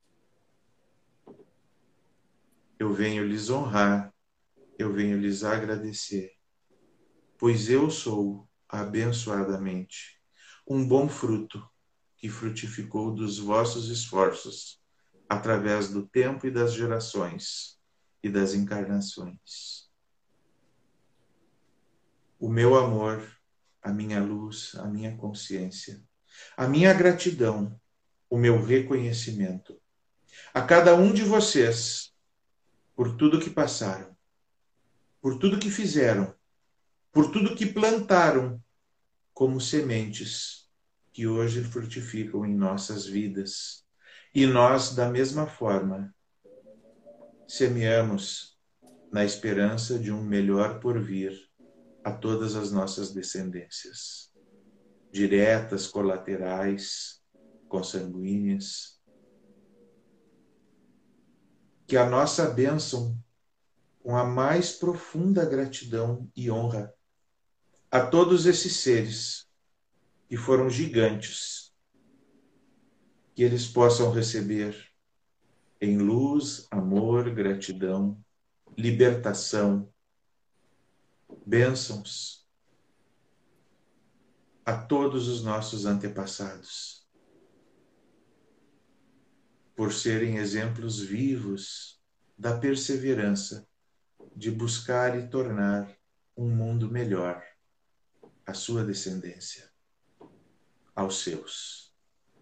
Eu venho lhes honrar, eu venho lhes agradecer, pois eu sou, abençoadamente, um bom fruto que frutificou dos vossos esforços, através do tempo e das gerações e das encarnações. O meu amor, a minha luz, a minha consciência, a minha gratidão, o meu reconhecimento a cada um de vocês por tudo que passaram, por tudo que fizeram, por tudo que plantaram como sementes que hoje frutificam em nossas vidas. E nós, da mesma forma, semeamos na esperança de um melhor porvir a todas as nossas descendências, diretas, colaterais, consanguíneas. Que a nossa bênção, com a mais profunda gratidão e honra a todos esses seres que foram gigantes, que eles possam receber em luz, amor, gratidão, libertação, bênçãos a todos os nossos antepassados, por serem exemplos vivos da perseverança de buscar e tornar um mundo melhor à sua descendência, aos seus.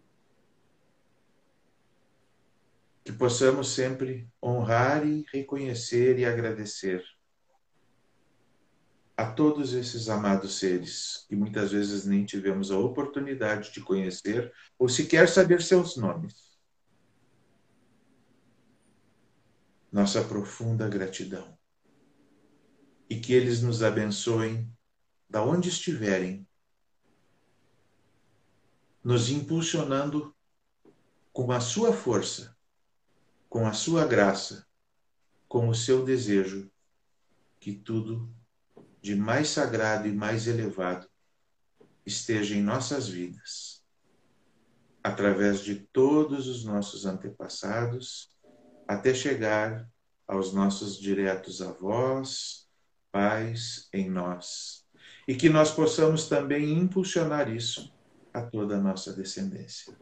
Que possamos sempre honrar e reconhecer e agradecer a todos esses amados seres que muitas vezes nem tivemos a oportunidade de conhecer ou sequer saber seus nomes. Nossa profunda gratidão. E que eles nos abençoem da onde estiverem, nos impulsionando com a sua força, com a sua graça, com o seu desejo, que tudo de mais sagrado e mais elevado esteja em nossas vidas, através de todos os nossos antepassados, até chegar aos nossos diretos avós, pais em nós, e que nós possamos também impulsionar isso a toda a nossa descendência.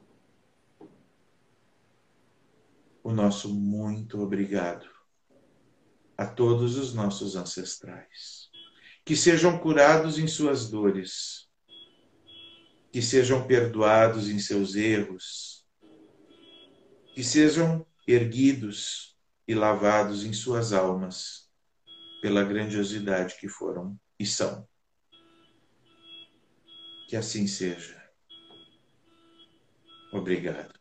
O nosso muito obrigado a todos os nossos ancestrais. Que sejam curados em suas dores, que sejam perdoados em seus erros, que sejam erguidos e lavados em suas almas pela grandiosidade que foram e são. Que assim seja. Obrigado.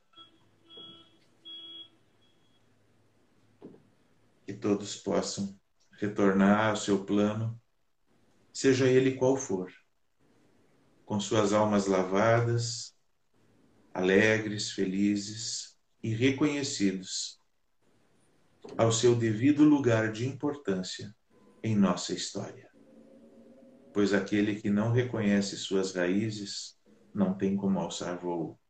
Que todos possam retornar ao seu plano, seja ele qual for, com suas almas lavadas, alegres, felizes e reconhecidos ao seu devido lugar de importância em nossa história. Pois aquele que não reconhece suas raízes não tem como alçar voo.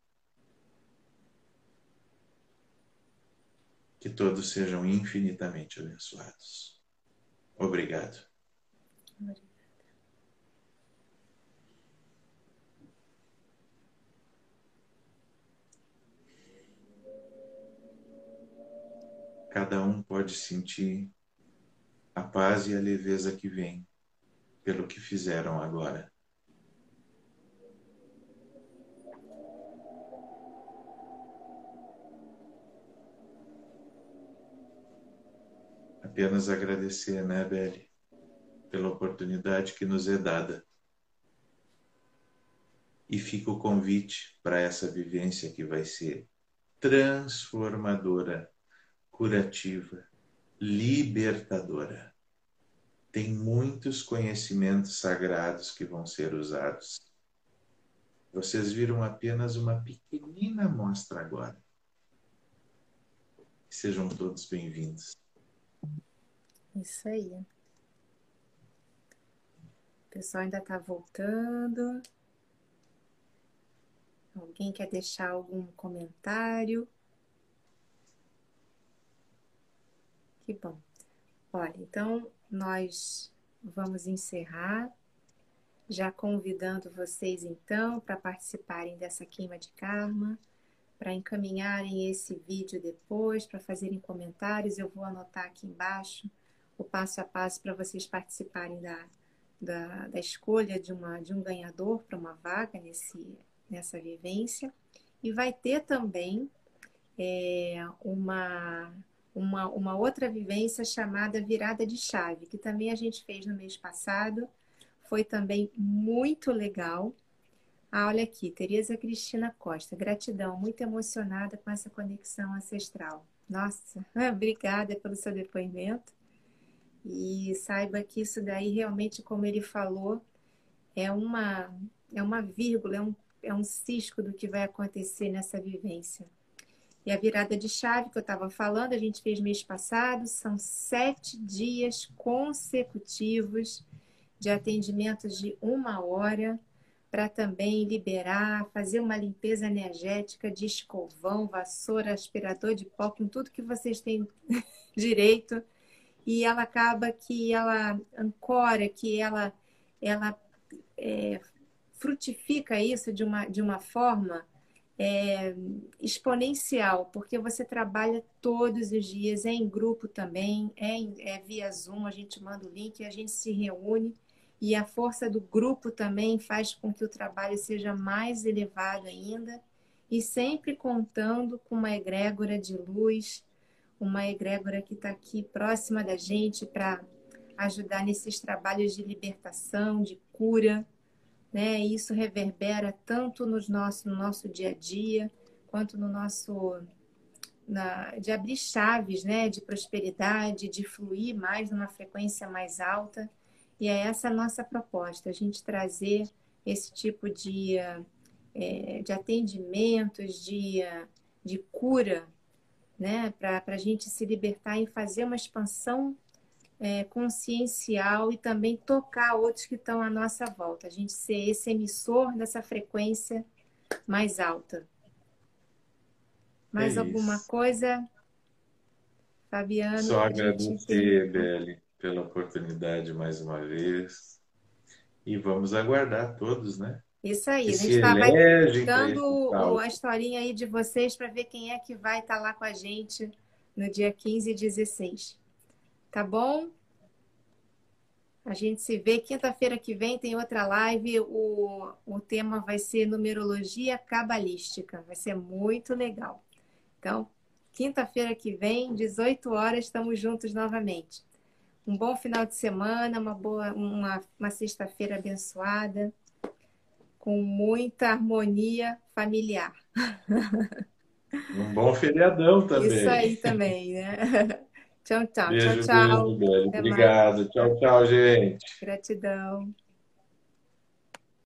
Que todos sejam infinitamente abençoados. Obrigado. Cada um pode sentir a paz e a leveza que vem pelo que fizeram agora. Apenas agradecer, né, Beli, pela oportunidade que nos é dada. E fica o convite para essa vivência que vai ser transformadora, curativa, libertadora. Tem muitos conhecimentos sagrados que vão ser usados. Vocês viram apenas uma pequenina amostra agora. Sejam todos bem-vindos. Isso aí. O pessoal ainda está voltando. Alguém quer deixar algum comentário? Que bom. Olha, então nós vamos encerrar, já convidando vocês então para participarem dessa queima de karma, para encaminharem esse vídeo depois, para fazerem comentários. Eu vou anotar aqui embaixo o passo a passo para vocês participarem da escolha de um ganhador para uma vaga nessa vivência. E vai ter também uma outra vivência chamada virada de chave, que também a gente fez no mês passado. Foi também muito legal. Olha aqui, Tereza Cristina Costa. Gratidão, muito emocionada com essa conexão ancestral. Nossa, obrigada pelo seu depoimento. E saiba que isso daí realmente, como ele falou, é uma vírgula, é um cisco do que vai acontecer nessa vivência. E a virada de chave que eu estava falando, a gente fez mês passado, são 7 dias consecutivos de atendimentos de 1 hora, para também liberar, fazer uma limpeza energética de escovão, vassoura, aspirador de pó, com tudo que vocês têm direito. E ela acaba que ela ancora, que ela frutifica isso de uma forma exponencial, porque você trabalha todos os dias, é em grupo também, é via Zoom, a gente manda o link, a gente se reúne, e a força do grupo também faz com que o trabalho seja mais elevado ainda, e sempre contando com uma egrégora de luz, uma egrégora que está aqui próxima da gente para ajudar nesses trabalhos de libertação, de cura, né? E isso reverbera tanto no nosso dia a dia, quanto no nosso de abrir chaves, né? De prosperidade, de fluir mais numa frequência mais alta. E é essa a nossa proposta, a gente trazer esse tipo de atendimentos, de cura, né? Para a gente se libertar e fazer uma expansão consciencial e também tocar outros que estão à nossa volta. A gente ser esse emissor dessa frequência mais alta. É Mais alguma isso. coisa, Fabiano, Só para a gente entender? agradecer, Beli, pela oportunidade mais uma vez. E vamos aguardar todos, né? Isso Que aí, a gente se vai elegem para dando esse a salto. historinha aí de vocês para ver quem é que vai estar lá com a gente no dia 15 e 16. Tá bom? A gente se vê quinta-feira que vem, tem outra live. O tema vai ser numerologia cabalística. Vai ser muito legal. Então, quinta-feira que vem, 18 horas, estamos juntos novamente. Um bom final de semana, uma sexta-feira abençoada, com muita harmonia familiar. Um bom feriadão Isso também. aí também, né? Tchau, tchau, tchau, Beijo, beijo, tchau. Beli. Até mais. Obrigado. Tchau, tchau, gente. Gratidão.